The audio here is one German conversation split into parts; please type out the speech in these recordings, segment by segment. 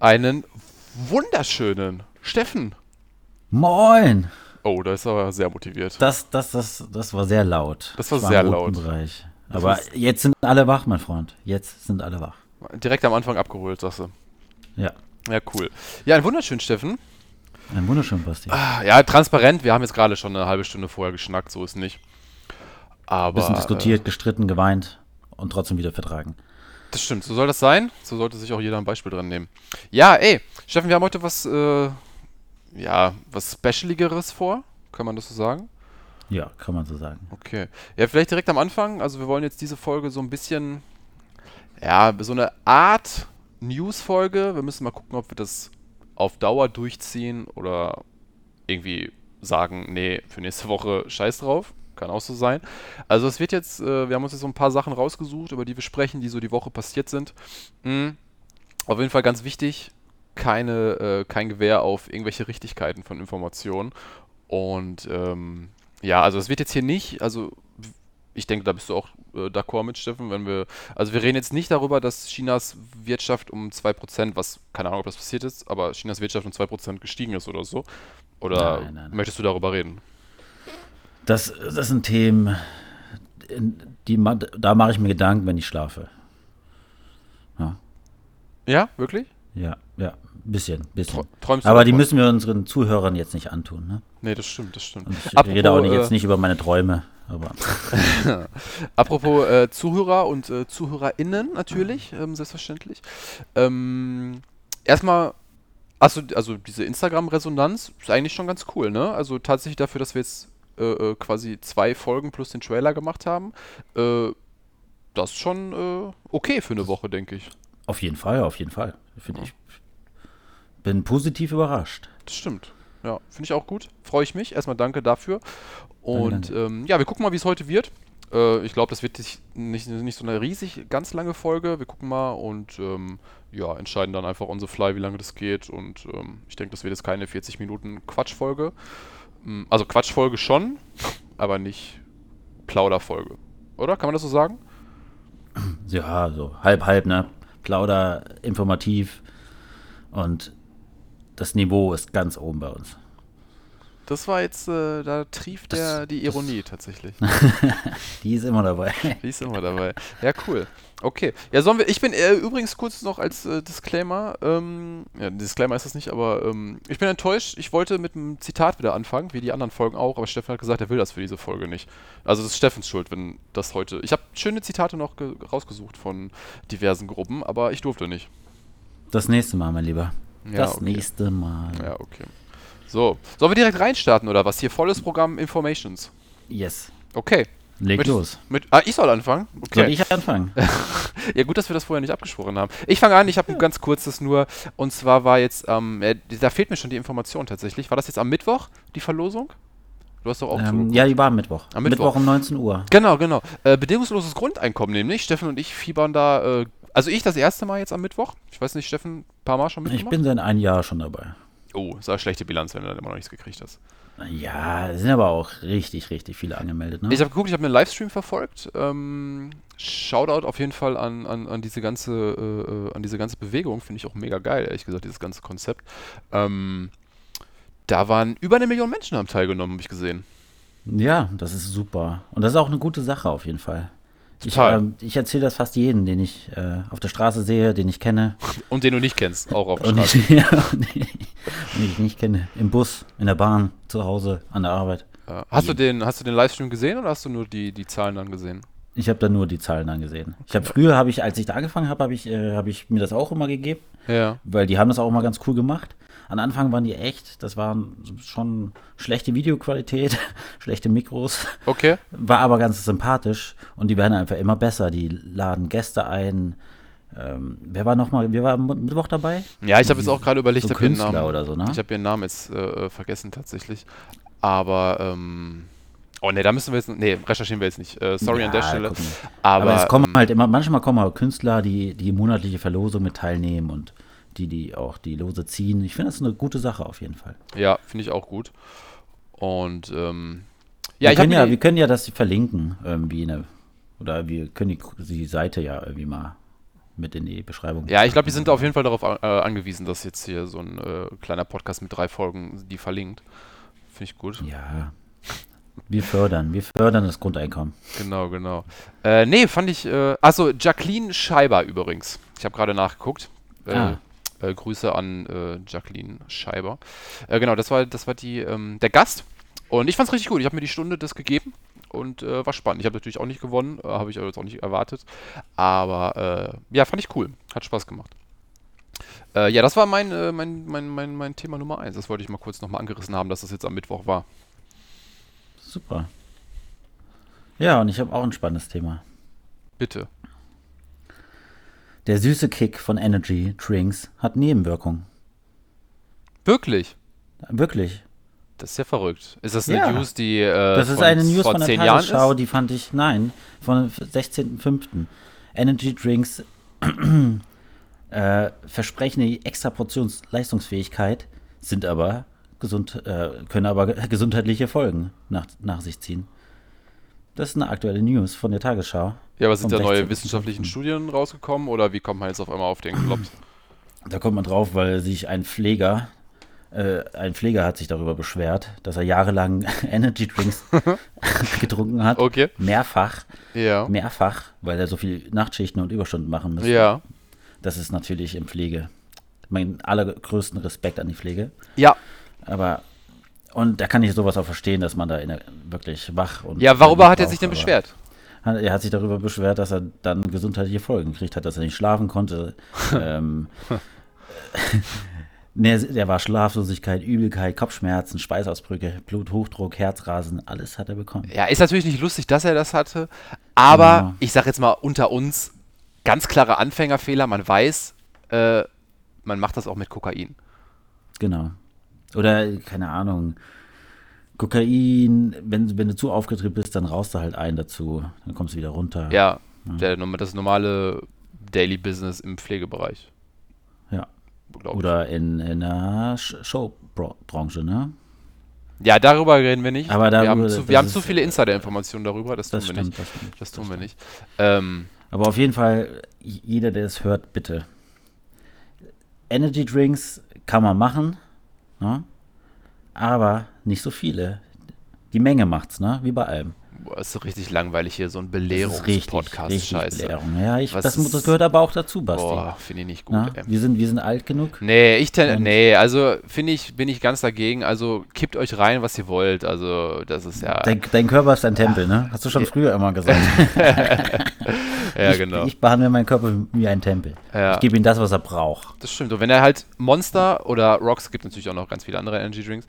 Einen wunderschönen Steffen. Moin! Oh, da ist er aber sehr motiviert. Das war sehr laut. Das war Ich sehr im laut. roten Bereich. Aber jetzt sind alle wach, mein Freund. Jetzt sind alle wach. Direkt am Anfang abgeholt, sagst du. Ja, Ja, cool. Ja, einen wunderschönen Steffen. ein wunderschön, Basti. Ja, transparent. Wir haben jetzt gerade schon eine halbe Stunde vorher geschnackt, so ist nicht. Aber Bisschen diskutiert, gestritten, geweint und trotzdem wieder vertragen. das stimmt, so soll das sein. So sollte sich auch jeder ein Beispiel dran nehmen. Ja, ey, Steffen, wir haben heute was Specialigeres vor. Kann man das so sagen? Ja, kann man so sagen. Okay. Ja, vielleicht direkt am Anfang. Also wir wollen jetzt diese Folge so ein bisschen, ja, so eine Art News-Folge. Wir müssen mal gucken, ob wir das auf Dauer durchziehen oder irgendwie sagen, nee, für nächste Woche scheiß drauf. Kann auch so sein. Also es wird jetzt, wir haben uns jetzt so ein paar Sachen rausgesucht, über die wir sprechen, die so die Woche passiert sind. Auf jeden Fall ganz wichtig, kein Gewähr auf irgendwelche Richtigkeiten von Informationen. Und ja, also es wird jetzt hier nicht, also ich denke, da bist du auch d'accord mit, Steffen, also wir reden jetzt nicht darüber, dass Chinas Wirtschaft um 2%, was, keine Ahnung, ob das passiert ist, aber Chinas Wirtschaft um 2% gestiegen ist oder so. Oder Nein. möchtest du darüber reden? Das sind Themen, da mache ich mir Gedanken, wenn ich schlafe. Ja, Ja, wirklich? ja, bisschen. Träumst du Aber die davon? müssen wir unseren Zuhörern jetzt nicht antun, ne? Nee, das stimmt, das stimmt. Und ich rede auch jetzt nicht über meine Träume, aber Apropos Zuhörer und ZuhörerInnen natürlich, selbstverständlich. Erstmal, also diese Instagram-Resonanz ist eigentlich schon ganz cool, ne? Also tatsächlich dafür, dass wir jetzt quasi 2 Folgen plus den Trailer gemacht haben, äh, das ist schon okay für eine Woche, denke ich. auf jeden Fall. Ich bin positiv überrascht. Das stimmt. Ja, finde ich auch gut. Freue ich mich. Erstmal danke dafür. Und Danke. ja, wir gucken mal, wie es heute wird. Ich glaube, das wird nicht so eine riesig ganz lange Folge. Wir gucken mal und ja, entscheiden dann einfach on the fly, wie lange das geht. Und ich denke, das wird jetzt keine 40 Minuten Quatschfolge. Also Quatschfolge schon, aber nicht Plauderfolge. Oder? Kann man das so sagen? Ja, so halb, ne? Plauder, informativ und das Niveau ist ganz oben bei uns. Das war jetzt, da trieft die Ironie tatsächlich. Die ist immer dabei. Die ist immer dabei. Ja, cool. Okay. Ja, ich bin übrigens kurz noch als Disclaimer, ja, Disclaimer ist das nicht, aber ich bin enttäuscht. Ich wollte mit einem Zitat wieder anfangen, wie die anderen Folgen auch, aber Steffen hat gesagt, er will das für diese Folge nicht. Also das ist Steffens Schuld, wenn das heute. Ich habe schöne Zitate noch rausgesucht von diversen Gruppen, aber ich durfte nicht. Das nächste Mal, mein Lieber. Ja, Das okay. nächste Mal. Ja, okay. So. Sollen wir direkt reinstarten oder was? Hier volles Programm Informations. Yes. Okay. Leg los. Ich soll anfangen? Soll Okay. ich anfangen? Ja, gut, dass wir das vorher nicht abgesprochen haben. Ich fange an, ich habe ein ganz kurzes nur. Und zwar war jetzt, da fehlt mir schon die Information tatsächlich. War das jetzt am Mittwoch, die Verlosung? Du hast doch auch zugeguckt. Ja, die war am Mittwoch. Am Mittwoch. Mittwoch um 19 Uhr. Genau. Bedingungsloses Grundeinkommen nämlich. Steffen und ich fiebern da, also ich das erste Mal jetzt am Mittwoch. Ich weiß nicht, Steffen, ein paar Mal schon Ich mitgemacht? bin seit einem Jahr schon dabei. Oh, ist eine schlechte Bilanz, wenn du dann immer noch nichts gekriegt hast. Ja, es sind aber auch richtig viele angemeldet, ne? Ich habe geguckt, ich habe einen Livestream verfolgt. Shoutout auf jeden Fall an diese ganze Bewegung. Finde ich auch mega geil, ehrlich gesagt, dieses ganze Konzept. Da waren über 1 Million Menschen haben teilgenommen, habe ich gesehen. Ja, das ist super. Und das ist auch eine gute Sache auf jeden Fall. Total. Ich erzähle das fast jedem, den ich auf der Straße sehe, den ich kenne. Und den du nicht kennst, auch auf der Und Straße. den ich nicht kenne. Im Bus, in der Bahn, zu Hause, an der Arbeit. Hast du den Livestream gesehen oder hast du nur die Zahlen dann gesehen? Ich habe da nur die Zahlen angesehen. Früher als ich da angefangen habe, habe ich mir das auch immer gegeben, Ja. weil die haben das auch immer ganz cool gemacht. Am Anfang waren die echt, das waren schon schlechte Videoqualität, schlechte Mikros, Okay. war aber ganz sympathisch und die werden einfach immer besser. Die laden Gäste ein. Wer war am Mittwoch dabei? Ja, ich habe jetzt auch gerade überlegt, So ich habe ihren Künstler Namen. oder so, ne? Ich habe ihren Namen jetzt vergessen tatsächlich. Aber, oh ne, da müssen wir jetzt, nee, recherchieren wir jetzt nicht. Sorry an der Stelle. gucken. Aber es kommen halt immer, manchmal kommen auch Künstler, die monatliche Verlosung mit teilnehmen und die auch die Lose ziehen. Ich finde, das ist eine gute Sache auf jeden Fall. ja, finde ich auch gut. Und, Wir können ja das verlinken irgendwie, oder wir können die Seite ja irgendwie mal mit in die Beschreibung. Ja, ich glaube, die sind auf jeden Fall darauf angewiesen, dass jetzt hier so ein kleiner Podcast mit 3 Folgen die verlinkt. Finde ich gut. Ja, wir fördern das Grundeinkommen. Genau. Nee, fand ich. Achso, Jacqueline Scheiber übrigens. Ich habe gerade nachgeguckt. Grüße an Jacqueline Scheiber. Genau, das war die, der Gast. Und ich fand's richtig gut. Ich habe mir die Stunde das gegeben und war spannend. Ich habe natürlich auch nicht gewonnen, habe ich jetzt auch nicht erwartet. Aber ja, fand ich cool. Hat Spaß gemacht. Ja, das war mein Thema Nummer 1. Das wollte ich mal kurz nochmal angerissen haben, dass das jetzt am Mittwoch war. Super. Ja, und ich habe auch ein spannendes Thema. Bitte. Der süße Kick von Energy Drinks hat Nebenwirkungen. Wirklich? Wirklich. Das ist ja verrückt. Ist das eine News, die das ist eine News vor von der 10 Jahren Tagesschau, ist? die fand ich, nein, von 16.05. Energy Drinks versprechen die extra Portionsleistungsfähigkeit, sind aber können aber gesundheitliche Folgen nach sich ziehen. Das ist eine aktuelle News von der Tagesschau. Ja, aber sind da vom neue 16.05. wissenschaftlichen Studien rausgekommen oder wie kommt man jetzt auf einmal auf den Klops? Da kommt man drauf, weil sich ein Pfleger hat sich darüber beschwert, dass er jahrelang Energy Drinks getrunken hat. Okay. Mehrfach, weil er so viel Nachtschichten und Überstunden machen müsste. Ja. Das ist natürlich in Pflege. Mein allergrößten Respekt an die Pflege. Ja. Und da kann ich sowas auch verstehen, dass man da wirklich wach und. Ja, worüber hat er sich denn beschwert? Er hat sich darüber beschwert, dass er dann gesundheitliche Folgen gekriegt hat, dass er nicht schlafen konnte. Der war Schlaflosigkeit, Übelkeit, Kopfschmerzen, Schweißausbrüche, Bluthochdruck, Herzrasen, alles hat er bekommen. Ja, ist natürlich nicht lustig, dass er das hatte, aber ich sag jetzt mal unter uns, ganz klare Anfängerfehler, man weiß, man macht das auch mit Kokain. Genau. Oder, keine Ahnung, Kokain, wenn du zu aufgetrieben bist, dann rauchst du halt ein dazu, dann kommst du wieder runter. Ja, das normale Daily Business im Pflegebereich. Ja. Oder in der Showbranche, ne? Ja, darüber reden wir nicht. Aber wir haben zu viele Insider-Informationen darüber, das tun wir nicht. Das tun wir nicht. Aber auf jeden Fall, jeder, der es hört, bitte. Energy Drinks kann man machen, ne? Aber nicht so viele. Die Menge macht's, ne? Wie bei allem. Boah, ist so richtig langweilig hier, so ein Belehrungspodcast. Scheiße. Belehrung. Ja, das gehört aber auch dazu, Basti. Boah, finde ich nicht gut. Na, wir sind alt genug. Nee, also bin ich ganz dagegen. Also kippt euch rein, was ihr wollt. Also das ist ja... Dein Körper ist ein Tempel, ne? Hast du schon früher immer gesagt. Ja, genau. Ich behandle meinen Körper wie ein Tempel. Ja. Ich gebe ihm das, was er braucht. Das stimmt. Und wenn er halt Monster oder Rocks, gibt natürlich auch noch ganz viele andere Energy Drinks,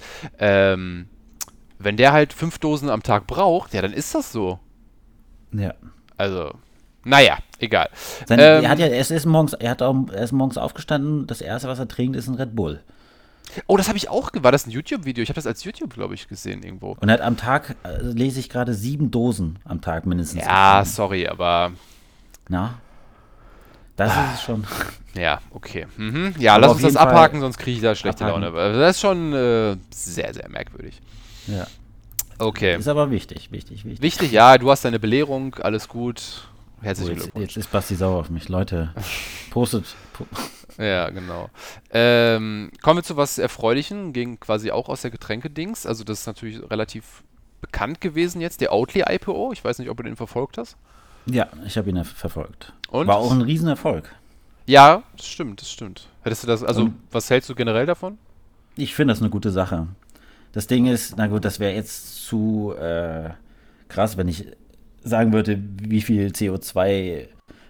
wenn der halt 5 Dosen am Tag braucht, ja, dann ist das so. Ja. Also, naja, egal. Er ist morgens aufgestanden, das erste, was er trinkt, ist ein Red Bull. Oh, das habe ich auch, war das ein YouTube-Video? Ich habe das als YouTube, glaube ich, gesehen irgendwo. Und er hat am Tag, lese ich gerade, 7 Dosen am Tag mindestens. Ja, sorry, aber... Na? Das ist es schon. Ja, okay. Ja, lass uns das abhaken, sonst kriege ich da schlechte Laune. Das ist schon sehr, sehr merkwürdig. Ja. Okay. Ist aber wichtig. Wichtig, ja, du hast deine Belehrung, alles gut. Herzlichen Glückwunsch. Jetzt ist Basti sauer auf mich. Leute, postet. Ja, genau. Kommen wir zu was Erfreulichem, ging quasi auch aus der Getränkedings. Also das ist natürlich relativ bekannt gewesen jetzt, der Oatly IPO. Ich weiß nicht, ob du den verfolgt hast. Ja, ich habe ihn verfolgt. Und? War auch ein Riesenerfolg. Ja, das stimmt. Hättest du das, was hältst du generell davon? Ich finde das eine gute Sache. Das Ding ist, na gut, das wäre jetzt zu krass, wenn ich sagen würde, wie viel CO2,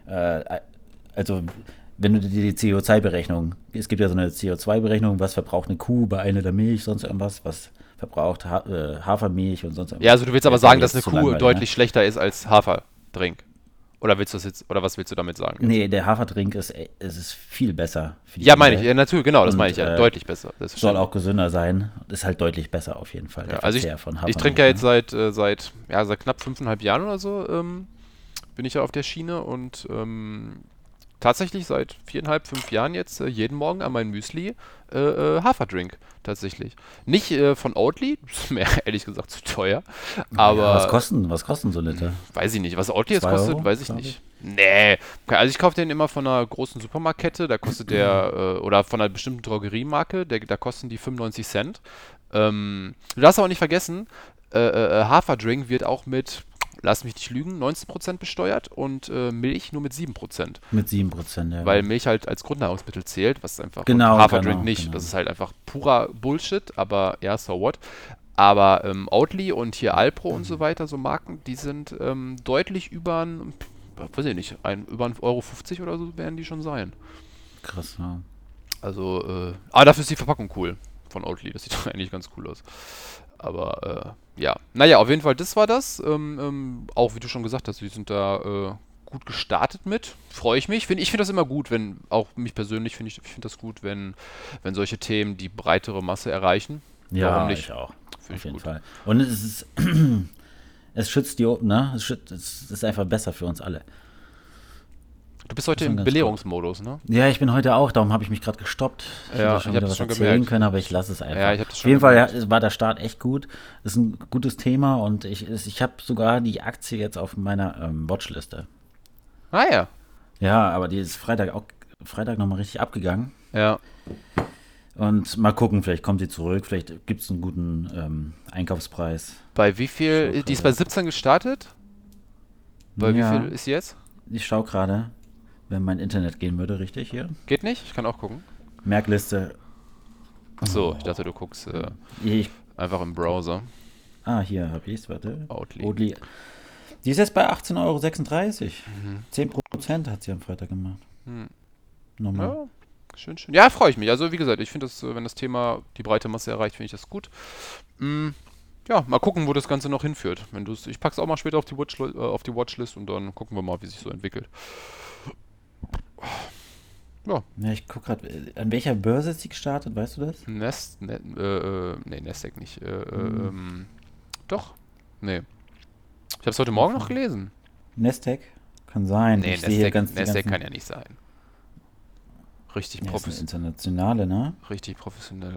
also wenn du dir die CO2-Berechnung, es gibt ja so eine CO2-Berechnung, was verbraucht eine Kuh bei einer der Milch, sonst irgendwas, was verbraucht Hafermilch und sonst irgendwas. Ja, also du willst aber sagen, dass eine Kuh deutlich schlechter ist als Haferdrink. Oder was willst du damit sagen? Jetzt? Nee, der Haferdrink ist viel besser. Für die meine ich, ja, natürlich, genau, das meine ich ja, deutlich besser. Soll auch gesünder sein, ist halt deutlich besser auf jeden Fall. Ja, also ich trinke ja jetzt seit knapp 5,5 Jahren oder so, bin ich ja auf der Schiene und tatsächlich seit 4,5, 5 Jahren jetzt jeden Morgen an mein Müsli Haferdrink. Tatsächlich. Nicht von Oatly, ist mir ehrlich gesagt zu teuer. Ja, Aber was kosten so Liter? weiß ich nicht. Was Oatly jetzt 2 kostet, Euro, weiß ich glaub nicht. Nee. Also ich kaufe den immer von einer großen Supermarktkette, da kostet der, oder von einer bestimmten Drogeriemarke, da kosten die 95 Cent. Du darfst aber nicht vergessen, Haferdrink wird auch mit, lass mich nicht lügen, 19% besteuert und Milch nur mit 7%. Mit 7%, ja. Weil Milch halt als Grundnahrungsmittel zählt, was einfach und Genau, Haferdrink genau, nicht. genau. Das ist halt einfach purer Bullshit, aber ja, so what. Aber Oatly und hier Alpro und so weiter, so Marken, die sind deutlich über ein, weiß ich nicht, über 1,50 € oder so werden die schon sein. Krass, ja. Also, dafür ist die Verpackung cool von Oatly. Das sieht doch eigentlich ganz cool aus. Aber, ja. Naja, auf jeden Fall, das war das. Auch wie du schon gesagt hast, die sind da gut gestartet mit. Freue ich mich. Ich finde das immer gut, wenn, auch mich persönlich ich finde das gut, wenn solche Themen die breitere Masse erreichen. Ja, Warum nicht? ich auch. Finde Auf ich jeden gut. Fall. Und es ist, es schützt die, ne? Es ist einfach besser für uns alle. Du bist Das heute ist schon im ganz Belehrungsmodus, ne? Ja, ich bin heute auch, darum habe ich mich gerade gestoppt. Ich Ja, hätte ich schon hab wieder das was schon erzählen gemerkt. können, aber ich lasse es einfach. Ja, ich hab das Auf schon jeden Fall gemerkt. war der Start echt gut. Ist ein gutes Thema und ich habe sogar die Aktie jetzt auf meiner Watchliste. Ah ja. Ja, aber die ist Freitag nochmal richtig abgegangen. Ja. Und mal gucken, vielleicht kommt sie zurück, vielleicht gibt es einen guten Einkaufspreis. Bei wie viel? Schau Die ist gerade. bei 17 gestartet? Bei Ja, wie viel ist sie jetzt? ich schaue gerade, wenn mein Internet gehen würde, richtig hier. Geht nicht? Ich kann auch gucken. Merkliste. Achso, ich dachte, du guckst Ich, einfach im Browser. hier habe ich es, warte. Oatly. Oatly. Die ist jetzt bei 18,36 €. Mhm. 10% hat sie am Freitag gemacht. Hm. Nochmal. Ja, schön, schön. Ja, freue ich mich. Also, wie gesagt, ich finde das, wenn das Thema die breite Masse erreicht, finde ich das gut. Ja, mal gucken, wo das Ganze noch hinführt. Ich pack's auch mal später auf auf die Watchlist und dann gucken wir mal, wie sich so entwickelt. Ja, Ja, ich gucke gerade, an welcher Börse ist sie gestartet, weißt du das? Nee, Nasdaq nicht. Doch, nee. Ich habe es heute Morgen noch gelesen. Nasdaq? Kann sein. Nee, Ich sehe hier die Nasdaq ganzen, kann ja nicht sein. Richtig ja, ist eine professionell. internationale, ne? Richtig professionell.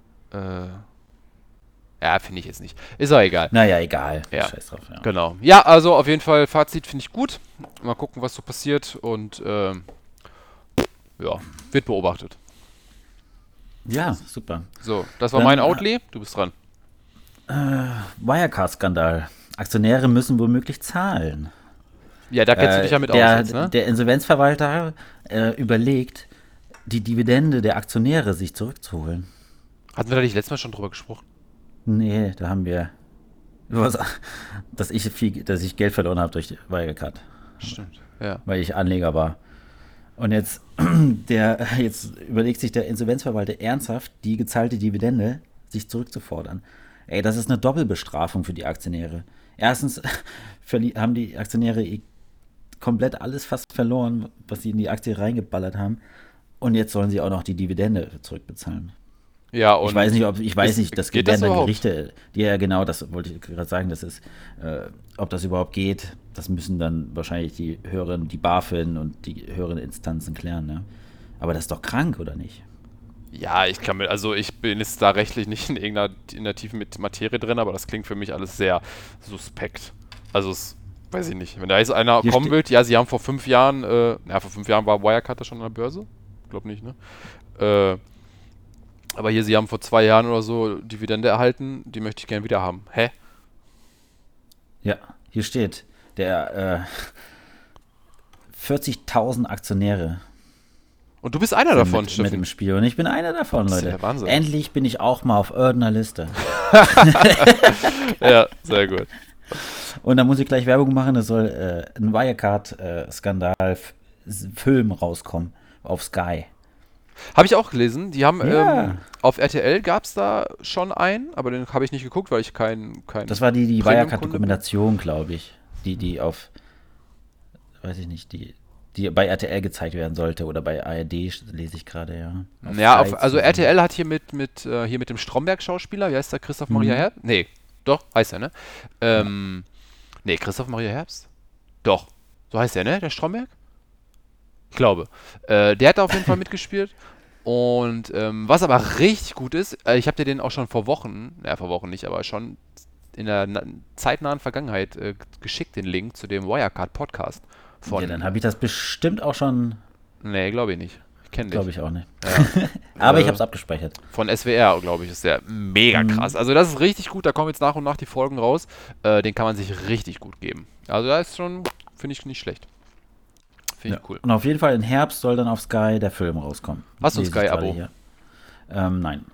Ja, finde ich jetzt nicht. Ist auch egal. Naja, egal. Ja. Scheiß drauf, ja. Genau. Ja, also auf jeden Fall Fazit finde ich gut. Mal gucken, was so passiert und ja, wird beobachtet. Ja, super. So, das war Dann, mein Outly. Du bist dran. Wirecard-Skandal. Aktionäre müssen womöglich zahlen. Ja, da kennst du dich ja mit aus der, jetzt, ne? der Insolvenzverwalter überlegt, die Dividende der Aktionäre sich zurückzuholen. Hatten wir da nicht letztes Mal schon drüber gesprochen? Nee, da haben wir dass ich Geld verloren habe durch Wirecard, Stimmt. Ja. weil ich Anleger war. Und jetzt jetzt überlegt sich der Insolvenzverwalter ernsthaft, die gezahlte Dividende sich zurückzufordern. Ey, das ist eine Doppelbestrafung für die Aktionäre. Erstens haben die Aktionäre komplett alles fast verloren, was sie in die Aktie reingeballert haben. Und jetzt sollen sie auch noch die Dividende zurückbezahlen. Ja, und Ich weiß nicht, das geht werden das dann überhaupt? Gerichte. Ja, genau, das wollte ich gerade sagen, das ist, ob das überhaupt geht, das müssen dann wahrscheinlich die BaFin und die höheren Instanzen klären, ne? Aber das ist doch krank, oder nicht? Ja, also ich bin jetzt da rechtlich nicht in der tiefen Materie drin, aber das klingt für mich alles sehr suspekt. Also weiß ich nicht. Wenn da jetzt einer Hier kommen will, ja, sie haben vor 5 Jahren, vor 5 Jahren war Wirecard da schon an der Börse? Glaub nicht, ne? Aber hier, sie haben vor 2 Jahren oder so Dividende erhalten, die möchte ich gerne wieder haben. Hä? Ja, hier steht, der 40.000 Aktionäre Und du bist einer sind davon, mit Steffen. im Spiel. Und ich bin einer davon, Das ist ja Leute. der Wahnsinn. Endlich bin ich auch mal auf irgendeiner Liste. Ja, sehr gut. Und da muss ich gleich Werbung machen, es soll ein Wirecard-Skandal-Film rauskommen auf Sky. Habe ich auch gelesen. Die haben Ja. auf RTL gab es da schon einen, aber den habe ich nicht geguckt, weil ich kein Das war die Premium-Kunde Wirecard-Dokumentation, glaube ich. Die auf, weiß ich nicht, die bei RTL gezeigt werden sollte oder bei ARD, lese ich gerade, ja. Auf Ja, Sky also zu- RTL hat hier mit dem Stromberg-Schauspieler, wie heißt der, Christoph Maria Herbst? Nee, doch, heißt er, ne? Nee, Christoph Maria Herbst? Doch, so heißt er, ne, der Stromberg? Ich glaube. Der hat da auf jeden Fall mitgespielt. Und was aber richtig gut ist, ich habe dir den auch schon vor Wochen nicht, aber schon in der zeitnahen Vergangenheit geschickt, den Link zu dem Wirecard-Podcast Ja, dann habe ich das bestimmt auch schon, Nee, glaube ich nicht. Ich kenne dich. glaube ich auch nicht. Ja. Aber ich habe es abgespeichert. Von SWR, glaube ich, ist der mega krass. Also das ist richtig gut, da kommen jetzt nach und nach die Folgen raus. Den kann man sich richtig gut geben. Also da ist schon, finde ich, nicht schlecht. Finde ich cool. Und auf jeden Fall im Herbst soll dann auf Sky der Film rauskommen. Hast du ein Lese ich Sky-Abo? gerade hier. Nein.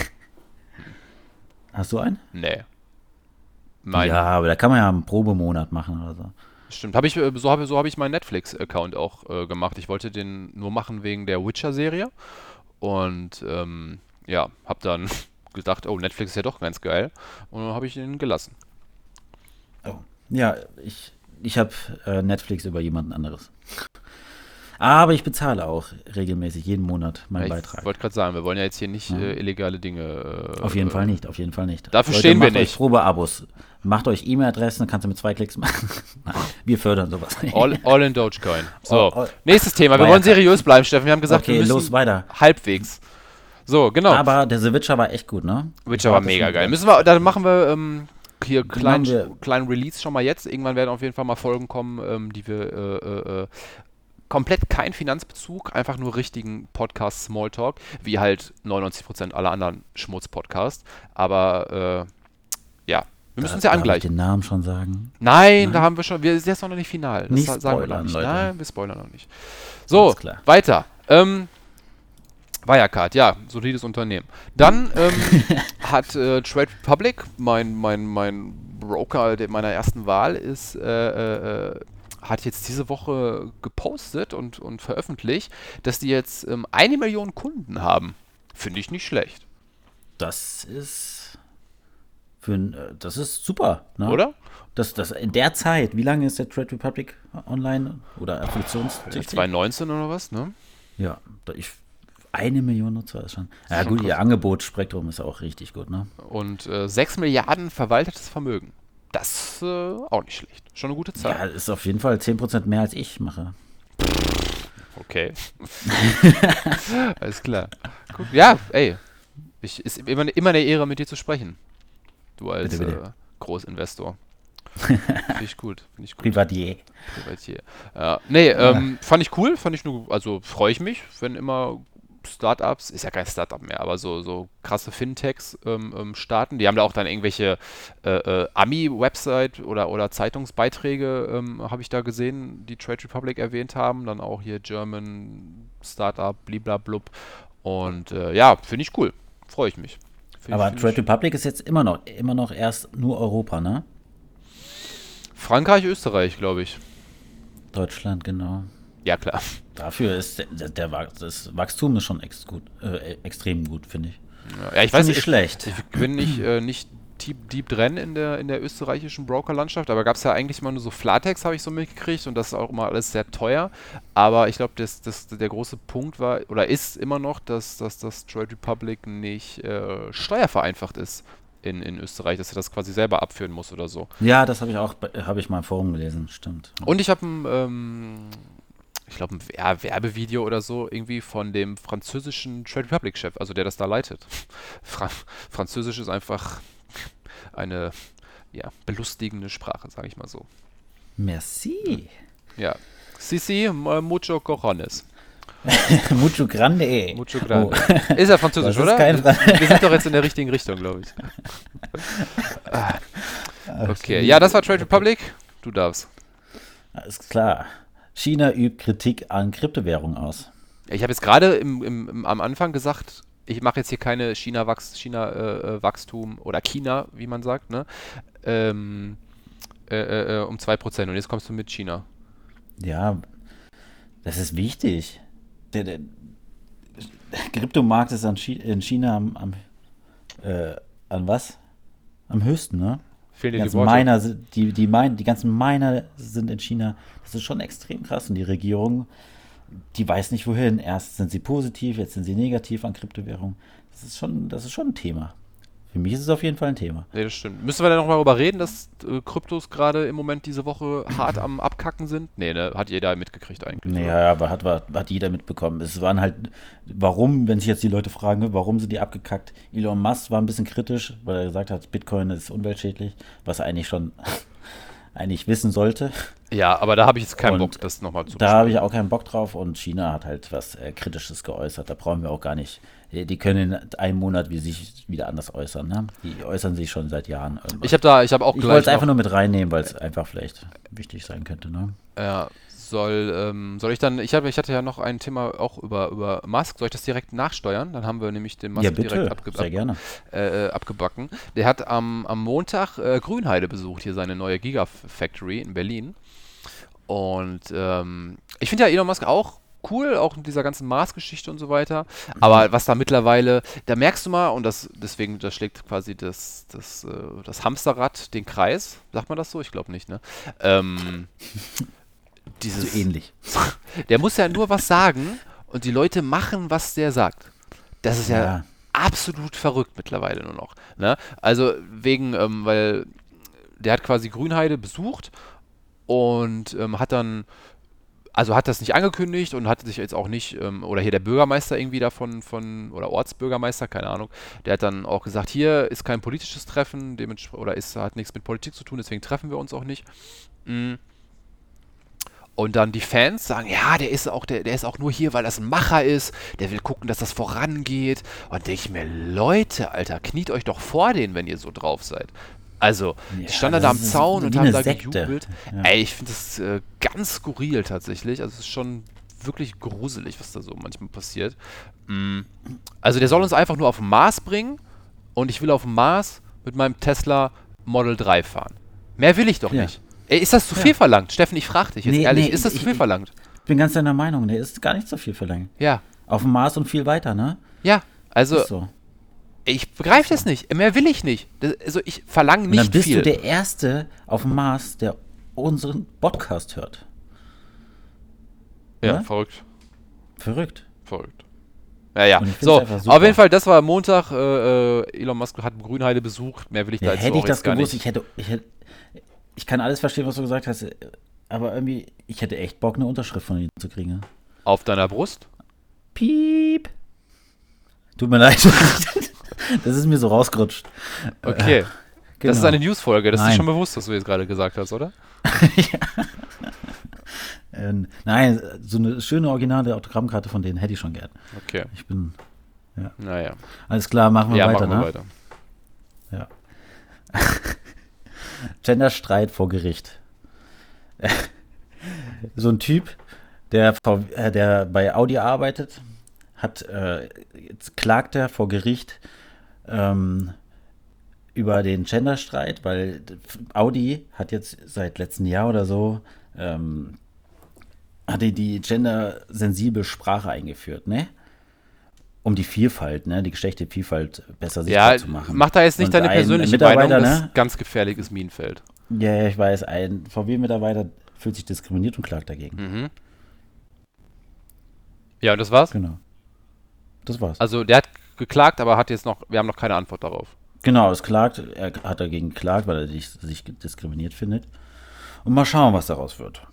Hast du einen? Nee. Ja, aber da kann man ja einen Probemonat machen oder so. Stimmt. So hab ich meinen Netflix-Account auch gemacht. Ich wollte den nur machen wegen der Witcher-Serie. Und ja, hab dann gedacht, oh, Netflix ist ja doch ganz geil. Und dann habe ich ihn gelassen. Oh. Ja, ich habe Netflix über jemanden anderes. Aber ich bezahle auch regelmäßig jeden Monat meinen Ja, Beitrag. ich wollte gerade sagen, wir wollen ja jetzt hier nicht illegale Dinge. Auf jeden Fall nicht, auf jeden Fall nicht. Dafür Leute, stehen wir macht euch nicht. Probeabos. Macht euch E-Mail-Adressen, dann kannst du mit 2 Klicks machen. Nein, wir fördern sowas. All in Dogecoin. So, All- nächstes Thema. Wir Wirecard. wollen seriös bleiben, Steffen. Wir haben gesagt, wir Okay, müssen los, weiter. halbwegs. So, genau. Aber der The Witcher war echt gut, ne? Witcher war mega geil. Dann machen wir hier machen wir- kleinen Release schon mal jetzt. Irgendwann werden auf jeden Fall mal Folgen kommen, die wir komplett kein Finanzbezug, einfach nur richtigen Podcast Smalltalk, wie halt 99% aller anderen Schmutz-Podcasts. Aber ja, wir müssen uns ja Darf ich angleichen. den Namen schon sagen? Nein, da haben wir schon, der ist noch nicht final. Das Nicht sagen wir noch spoilern, nicht. Leute. Nein, wir spoilern noch nicht. So, Alles klar. weiter. Wirecard, ja, solides Unternehmen. Dann hat Trade Republic, mein Broker meiner ersten Wahl, hat jetzt diese Woche gepostet und veröffentlicht, dass die jetzt 1 Million Kunden haben. Finde ich nicht schlecht. Das ist das ist super, ne? Oder? Das in der Zeit, wie lange ist der Trade Republic online oder funktionstüchtig? 2019 oder was, ne? Ja, 1 Million Nutzer ist schon. Ja schon gut, krass. ihr Angebotsspektrum ist auch richtig gut, ne? Und 6 Milliarden verwaltetes Vermögen. Das auch nicht schlecht. Schon eine gute Ja, Zahl. ist auf jeden Fall 10% mehr als ich mache. Okay. Alles klar. Gut. Ja, ey. Ist immer eine Ehre, mit dir zu sprechen. Du als Bitte. Großinvestor. Finde ich gut. Privatier. Privatier. Ja. Nee, fand ich cool. Also freue ich mich, wenn immer Startups, ist ja kein Startup mehr, aber so krasse Fintechs starten. Die haben da auch dann irgendwelche Ami-Website oder Zeitungsbeiträge, habe ich da gesehen, die Trade Republic erwähnt haben. Dann auch hier German Startup, bliblablub. Und ja, finde ich cool. Freue ich mich. Aber Trade Republic ist jetzt immer noch erst nur Europa, ne? Frankreich, Österreich, glaube ich. Deutschland, genau. Ja, klar. Dafür ist das Wachstum ist schon extrem gut, finde ich. Ja, ich weiß nicht schlecht. Ich bin nicht deep drin in der österreichischen Brokerlandschaft, aber gab es ja eigentlich immer nur so Flatex, habe ich so mitgekriegt, und das ist auch immer alles sehr teuer. Aber ich glaube, der große Punkt war oder ist immer noch, dass das Trade Republic nicht steuervereinfacht ist in Österreich, dass er das quasi selber abführen muss oder so. Ja, das habe ich mal im Forum gelesen, stimmt. Und ich habe ein Werbevideo oder so irgendwie von dem französischen Trade Republic-Chef, also der das da leitet. Französisch ist einfach eine belustigende Sprache, sage ich mal so. Merci. Ja. Sisi, mucho cojones. Mucho grande. Mucho grande. Oh. Ist ja französisch, Das ist oder? kein Wir sind doch jetzt in der richtigen Richtung, glaube ich. Okay, ja, das war Trade Republic. Du darfst. Alles klar. China übt Kritik an Kryptowährungen aus. Ich habe jetzt gerade am Anfang gesagt, ich mache jetzt hier keine China-Wachstum oder China, wie man sagt, ne? Um 2%. Und jetzt kommst du mit China. Ja, das ist wichtig. Der Kryptomarkt ist in China an was? Am höchsten, ne? Fehlen Die dir die ganzen Worte. Miner, die ganzen Miner sind in China. Das ist schon extrem krass. Und die Regierung, die weiß nicht wohin. Erst sind sie positiv, jetzt sind sie negativ an Kryptowährungen. Das ist schon ein Thema. Für mich ist es auf jeden Fall ein Thema. Nee, das stimmt. Müssen wir dann noch mal darüber reden, dass Kryptos gerade im Moment diese Woche hart am Abkacken sind? Nee, ne? Hat jeder mitgekriegt eigentlich. Oder? Naja, aber hat jeder mitbekommen. Es waren halt, warum, wenn sich jetzt die Leute fragen, warum sind die abgekackt? Elon Musk war ein bisschen kritisch, weil er gesagt hat, Bitcoin ist umweltschädlich, was er eigentlich schon eigentlich wissen sollte. Ja, aber da habe ich jetzt keinen Und Bock, das nochmal zu da habe ich auch keinen Bock drauf und China hat halt was Kritisches geäußert. Da brauchen wir auch gar nicht. Die können in einem Monat wie sich wieder anders äußern. Ne? Die äußern sich schon seit Jahren. Irgendwas. Ich habe auch Ich gleich wollte es einfach noch, nur mit reinnehmen, weil es einfach vielleicht wichtig sein könnte. Ne? soll ich dann, ich hatte ja noch ein Thema auch über Musk, soll ich das direkt nachsteuern? Dann haben wir nämlich den Ja, Musk direkt bitte. Sehr gerne. abgebacken. Der hat am Montag Grünheide besucht, hier seine neue Gigafactory in Berlin. Und ich finde ja Elon Musk auch cool, auch mit dieser ganzen Mars-Geschichte und so weiter. Aber was da mittlerweile, da merkst du mal, und deswegen, das schlägt quasi das Hamsterrad den Kreis. Sagt man das so? Ich glaube nicht, ne? So ähnlich. Der muss ja nur was sagen und die Leute machen, was der sagt. Das ist ja absolut verrückt mittlerweile nur noch. Ne? Also weil der hat quasi Grünheide besucht und hat das nicht angekündigt und hat sich jetzt auch nicht, oder hier der Bürgermeister irgendwie davon, oder Ortsbürgermeister, keine Ahnung, der hat dann auch gesagt, hier ist kein politisches Treffen, hat nichts mit Politik zu tun, deswegen treffen wir uns auch nicht. Mm. Und dann die Fans sagen, ja, der ist auch nur hier, weil das ein Macher ist, der will gucken, dass das vorangeht. Und denke ich mir, Leute, Alter, kniet euch doch vor denen, wenn ihr so drauf seid. Also, die standen da am Zaun und haben da gejubelt. Ja. Ey, ich finde das ganz skurril tatsächlich. Also, es ist schon wirklich gruselig, was da so manchmal passiert. Also, der soll uns einfach nur auf den Mars bringen und ich will auf dem Mars mit meinem Tesla Model 3 fahren. Mehr will ich doch nicht. Ey, ist das zu viel verlangt? Steffen, ich frage dich jetzt ehrlich, ist das zu viel verlangt? Ich bin ganz deiner Meinung, der ist gar nicht so viel verlangt. Ja. Auf dem Mars und viel weiter, ne? Ja, also Ist so. ich begreife das nicht. Mehr will ich nicht. Also ich verlange nicht Und dann bist viel. du der Erste auf dem Mars, der unseren Podcast hört. Ja, Ne? verrückt. Verrückt. Ja. Und ich find's So, einfach super. auf jeden Fall, das war Montag. Elon Musk hat Grünheide besucht. Mehr will ich da jetzt Hätte auch ich das jetzt gar gewusst, nicht. ich kann alles verstehen, was du gesagt hast, aber irgendwie, ich hätte echt Bock, eine Unterschrift von ihm zu kriegen. Ne? Auf deiner Brust? Piep. Tut mir leid. Das ist mir so rausgerutscht. Okay. Genau. Das ist eine Newsfolge. Das ist dir Nein. schon bewusst, was du jetzt gerade gesagt hast, oder? Nein, so eine schöne originale Autogrammkarte von denen hätte ich schon gern. Okay. Ich bin, Naja. alles klar, machen wir Ja, weiter, machen wir ne? weiter. Ja. Genderstreit vor Gericht. So ein Typ, der bei Audi arbeitet, jetzt klagt er vor Gericht über den Genderstreit, weil Audi hat jetzt seit letztem Jahr oder so hatte die gendersensible Sprache eingeführt, ne? Um die Vielfalt, ne, die Geschlechtervielfalt besser sichtbar zu machen. Mach da jetzt nicht Und deine ein persönliche Meinung, Mitarbeiter, das ist ne? ganz gefährliches Minenfeld. Ja, ich weiß, ein VW-Mitarbeiter fühlt sich diskriminiert und klagt dagegen. Mhm. Ja, und das war's? Genau. Das war's. Also der hat geklagt, aber wir haben noch keine Antwort darauf. Genau, er hat dagegen geklagt, weil er sich diskriminiert findet. Und mal schauen, was daraus wird.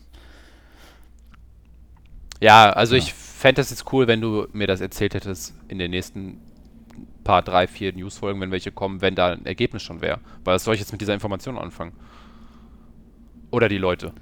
Ja, also ich fände das jetzt cool, wenn du mir das erzählt hättest in den nächsten paar, 3, 4 Newsfolgen, wenn welche kommen, wenn da ein Ergebnis schon wäre. Weil was soll ich jetzt mit dieser Information anfangen? Oder die Leute?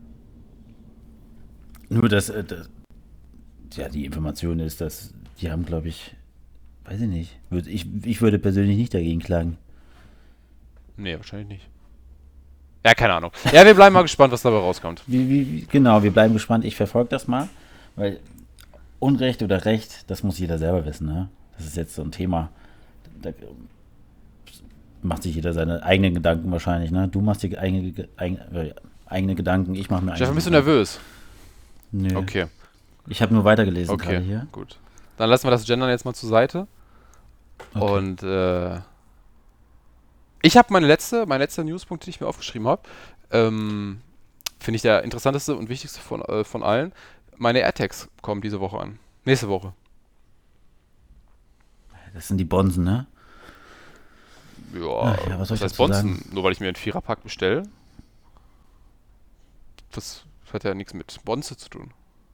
Nur, die Information ist, dass die haben, glaube ich, weiß ich nicht. Ich würde persönlich nicht dagegen klagen. Nee, wahrscheinlich nicht. Ja, keine Ahnung. Ja, wir bleiben mal gespannt, was dabei rauskommt. Genau, wir bleiben gespannt. Ich verfolge das mal, weil Unrecht oder Recht, das muss jeder selber wissen. Ne? Das ist jetzt so ein Thema, da macht sich jeder seine eigenen Gedanken wahrscheinlich. Ne? Du machst dir eigene Gedanken, ich mache mir eigene Stefan, bist du Gedanken. nervös? Nö. Okay, Ich habe nur weitergelesen gerade okay, hier. gut. Dann lassen wir das Gendern jetzt mal zur Seite. Okay. Und ich habe mein letzter Newspunkt, den ich mir aufgeschrieben habe, finde ich der interessanteste und wichtigste von allen. Meine AirTags kommen diese Woche an. Nächste Woche. Das sind die Bonsen, ne? Ja, Ach ja, was soll ich heißt dazu Bonzen? sagen? Nur weil ich mir einen Viererpack bestelle? Das hat ja nichts mit Bonze zu tun.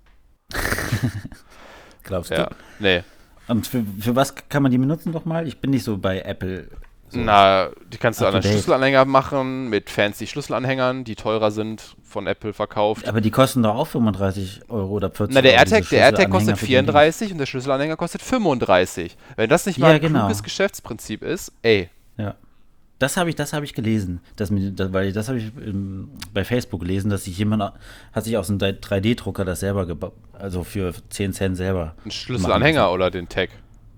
Glaubst du? Ja, nee. Und für was kann man die benutzen doch mal? Ich bin nicht so bei Apple so Na, die kannst du up an to einen date. Schlüsselanhänger machen, mit fancy Schlüsselanhängern, die teurer sind, von Apple verkauft. Aber die kosten doch auch 35 Euro oder Na, 40 Euro, diese Der AirTag Schlüsselanhänger kostet für die Dings. 34 und der Schlüsselanhänger kostet 35. Wenn das nicht mal Ja, ein genau. kluges Geschäftsprinzip ist, ey. Ja. Das habe ich gelesen. Weil das habe ich bei Facebook gelesen, dass sich jemand hat sich aus einem 3D-Drucker das selber gebaut, also für 10 Cent selber Ein Schlüsselanhänger oder den Tag.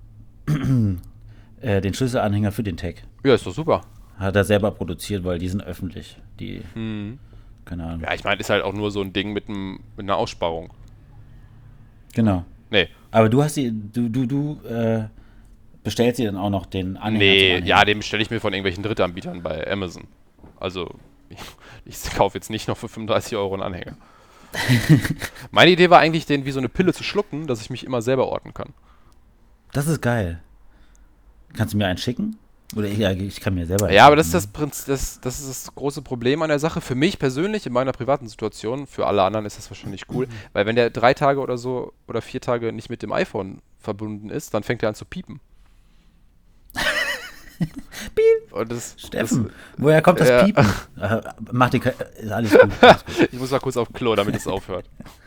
den Schlüsselanhänger für den Tag. Ja, ist doch super. Hat er selber produziert, weil die sind öffentlich. Hm. Keine Ahnung. Ja, ich meine, ist halt auch nur so ein Ding mit einer Aussparung. Genau. Nee. Aber du bestellst dir dann auch noch den Anhänger zum Nee, Anhänger. ja, den bestelle ich mir von irgendwelchen Drittanbietern bei Amazon. Also, ich kaufe jetzt nicht noch für 35 Euro einen Anhänger. Meine Idee war eigentlich, den wie so eine Pille zu schlucken, dass ich mich immer selber orten kann. Das ist geil. Kannst du mir einen schicken? Oder ich kann mir selber einen Ja, aber das ist schicken. das ist das große Problem an der Sache. Für mich persönlich, in meiner privaten Situation, für alle anderen ist das wahrscheinlich cool, weil wenn der 3 Tage oder so oder 4 Tage nicht mit dem iPhone verbunden ist, dann fängt er an zu piepen. Piep. Und das, Steffen, woher kommt das Ja. Piepen? Mach die, ist alles gut. Alles gut. Ich muss mal kurz auf Klo, damit es aufhört.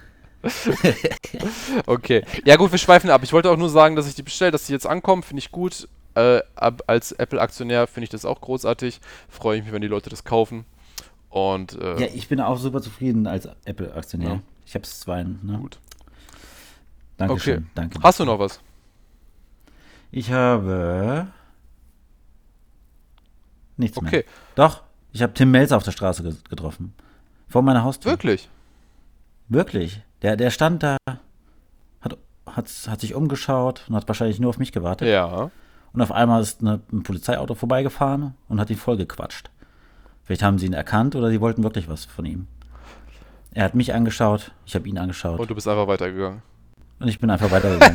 Okay. Ja gut, wir schweifen ab. Ich wollte auch nur sagen, dass ich die bestelle, dass die jetzt ankommen, finde ich gut. Als Apple-Aktionär finde ich das auch großartig. Freue ich mich, wenn die Leute das kaufen. Und Ja, ich bin auch super zufrieden als Apple-Aktionär. Ja. Ich habe es zwei. Ne? gut. Dankeschön. Okay. Danke. Hast du noch was? Ich habe nichts mehr. Okay. Doch, ich habe Tim Melzer auf der Straße getroffen. Vor meiner Haustür. Wirklich? Wirklich. Der stand da, hat sich umgeschaut und hat wahrscheinlich nur auf mich gewartet. Ja. Und auf einmal ist ein Polizeiauto vorbeigefahren und hat ihn vollgequatscht. Vielleicht haben sie ihn erkannt oder sie wollten wirklich was von ihm. Er hat mich angeschaut, ich habe ihn angeschaut Und du bist einfach weitergegangen. und ich bin einfach weitergegangen.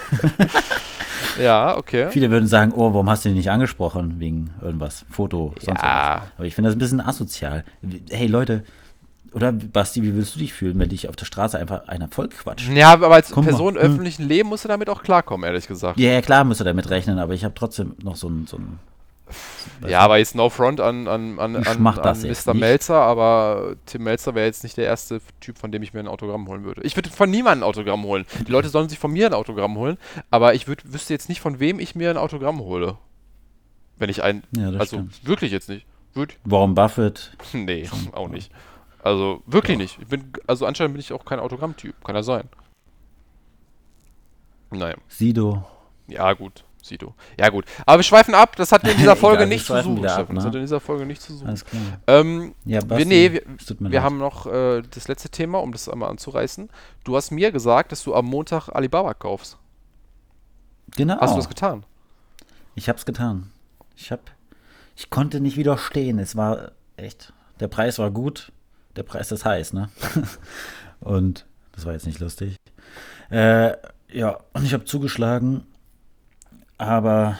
Ja, okay. Viele würden sagen, oh, warum hast du ihn nicht angesprochen? Wegen irgendwas, Foto, sonst Ja. was. Aber ich finde das ein bisschen asozial. Hey Leute, oder Basti, wie würdest du dich fühlen, wenn dich auf der Straße einfach einer vollquatscht? Ja, aber als Guck mal, Person im öffentlichen Leben musst du damit auch klarkommen, ehrlich gesagt. Ja, ja, klar müsst ihr damit rechnen, aber ich habe trotzdem noch so ein Ja, aber jetzt no front an Ich mach das jetzt Mr. nicht. Melzer, aber Tim Melzer wäre jetzt nicht der erste Typ, von dem ich mir ein Autogramm holen würde. Ich würde von niemandem ein Autogramm holen. Die Leute sollen sich von mir ein Autogramm holen, aber ich wüsste jetzt nicht, von wem ich mir ein Autogramm hole. Wenn ich ein. Ja, das Also stimmt. wirklich jetzt nicht. Warren Buffett. Nee, auch nicht. Also wirklich nicht. Also anscheinend bin ich auch kein Autogrammtyp. Kann ja sein. Naja. Sido. Ja, gut. Sido. Ja, gut. Aber wir schweifen ab. Das hat in dieser Folge Egal, wir nichts zu schweifen suchen, wieder ab, Steffen. Das ne? hat in dieser Folge nichts zu suchen. Alles klar. Wir, Ja, Basti, nee, es tut mir wir leid. haben noch das letzte Thema, um das einmal anzureißen. Du hast mir gesagt, dass du am Montag Alibaba kaufst. Genau. Hast du das getan? Ich hab's getan. Ich konnte nicht widerstehen. Es war echt. Der Preis war gut. Der Preis ist heiß, ne? Und das war jetzt nicht lustig. Ja, und ich habe zugeschlagen, aber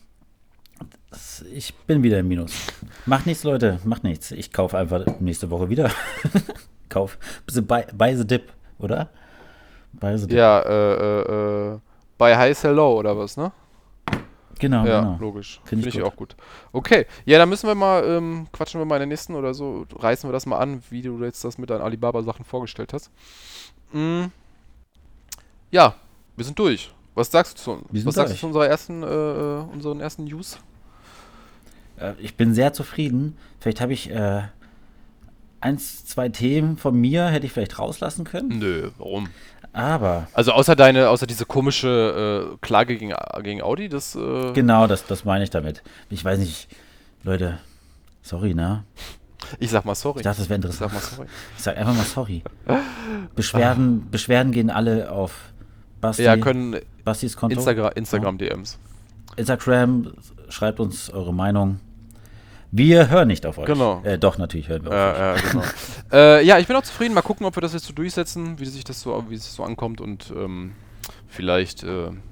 ich bin wieder im Minus. Macht nichts, Leute, macht nichts. Ich kaufe einfach nächste Woche wieder. Bisschen buy the dip, oder? Buy the dip. Ja, bei High Sell Low oder was, ne? Genau, Ja, genau. logisch. Find ich Finde ich gut. auch gut. Okay, ja, dann müssen wir mal, quatschen wir mal in der nächsten oder so, reißen wir das mal an, wie du jetzt das mit deinen Alibaba-Sachen vorgestellt hast. Ja, wir sind durch. Was sagst du Wir sind sagst du durch. zu unseren ersten News? Ich bin sehr zufrieden. Vielleicht habe ich 2 Themen von mir, hätte ich vielleicht rauslassen können. Nö, warum? Aber Also außer diese komische Klage gegen Audi, das genau, das meine ich damit. Ich weiß nicht, Leute, sorry, ne? ich sag mal sorry. Ich dachte, das wäre Ich sag interessant. mal sorry. Ich sag einfach mal sorry. Beschwerden gehen alle auf Ja, können Bastis Konto. Instagram DMs. Instagram, schreibt uns eure Meinung. Wir hören nicht auf euch. Genau. Doch, natürlich hören wir auf euch. Genau. Ja, ich bin auch zufrieden. Mal gucken, ob wir das jetzt so durchsetzen, wie sich das so ankommt und vielleicht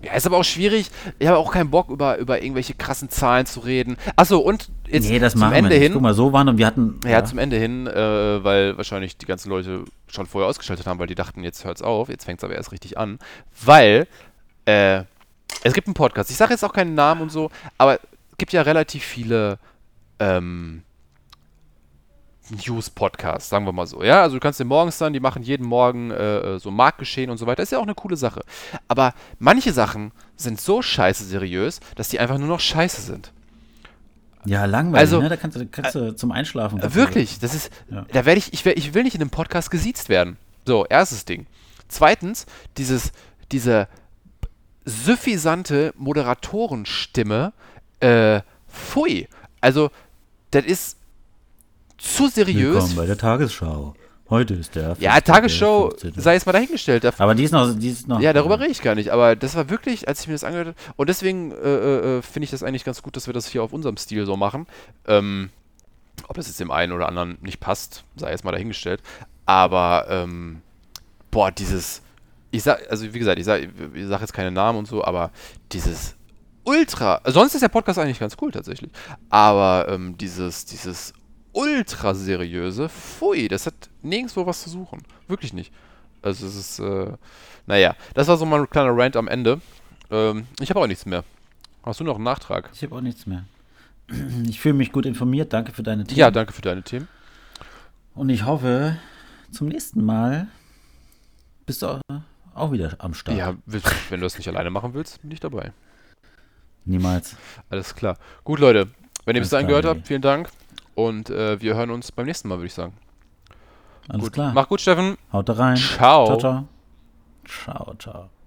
Ja, ist aber auch schwierig. Ich habe auch keinen Bock, über irgendwelche krassen Zahlen zu reden. Achso, und jetzt Nee, das zum machen wir Ende nicht. hin. Guck mal, so waren und wir hatten. Ja, zum Ende hin, weil wahrscheinlich die ganzen Leute schon vorher ausgeschaltet haben, weil die dachten, jetzt hört's auf, jetzt fängt's aber erst richtig an. Weil, äh, es gibt einen Podcast. Ich sage jetzt auch keinen Namen und so, aber es gibt ja relativ viele ähm, News-Podcasts, sagen wir mal so. Ja, also du kannst den morgens dann, die machen jeden Morgen so Marktgeschehen und so weiter. Ist ja auch eine coole Sache. Aber manche Sachen sind so scheiße seriös, dass die einfach nur noch scheiße sind. Ja, langweilig, Also, ne? Da kannst du zum Einschlafen. wirklich, das ist, Ja. da werde ich will nicht in einem Podcast gesiezt werden. So, erstes Ding. Zweitens, diese suffisante Moderatorenstimme, pfui. Also, das ist zu seriös. Willkommen bei der Tagesschau. Heute ist der. Ja, 15., Tagesschau 15.. sei jetzt mal dahingestellt. Aber die ist noch. Ja, darüber rede ich gar nicht. Aber das war wirklich, als ich mir das angehört habe. Und deswegen finde ich das eigentlich ganz gut, dass wir das hier auf unserem Stil so machen. Ob das jetzt dem einen oder anderen nicht passt, sei jetzt mal dahingestellt. Aber, boah, also wie gesagt, ich sag jetzt keine Namen und so, aber dieses sonst ist der Podcast eigentlich ganz cool tatsächlich. Aber dieses ultra seriöse, pfui, das hat nirgendwo was zu suchen. Wirklich nicht. Also es ist, naja, das war so mal ein kleiner Rant am Ende. Ich habe auch nichts mehr. Hast du noch einen Nachtrag? Ich habe auch nichts mehr. Ich fühle mich gut informiert. Danke für deine Themen. Ja, danke für deine Themen. Und ich hoffe, zum nächsten Mal bist du auch wieder am Start. Ja, wenn du das nicht alleine machen willst, bin ich dabei. Niemals. Alles klar. Gut, Leute, wenn ihr bis dahin Alles klar, gehört habt, vielen Dank. Und wir hören uns beim nächsten Mal, würde ich sagen. Alles Gut. klar. Mach gut, Steffen. Haut da rein. Ciao. Ciao, ciao. Ciao, ciao.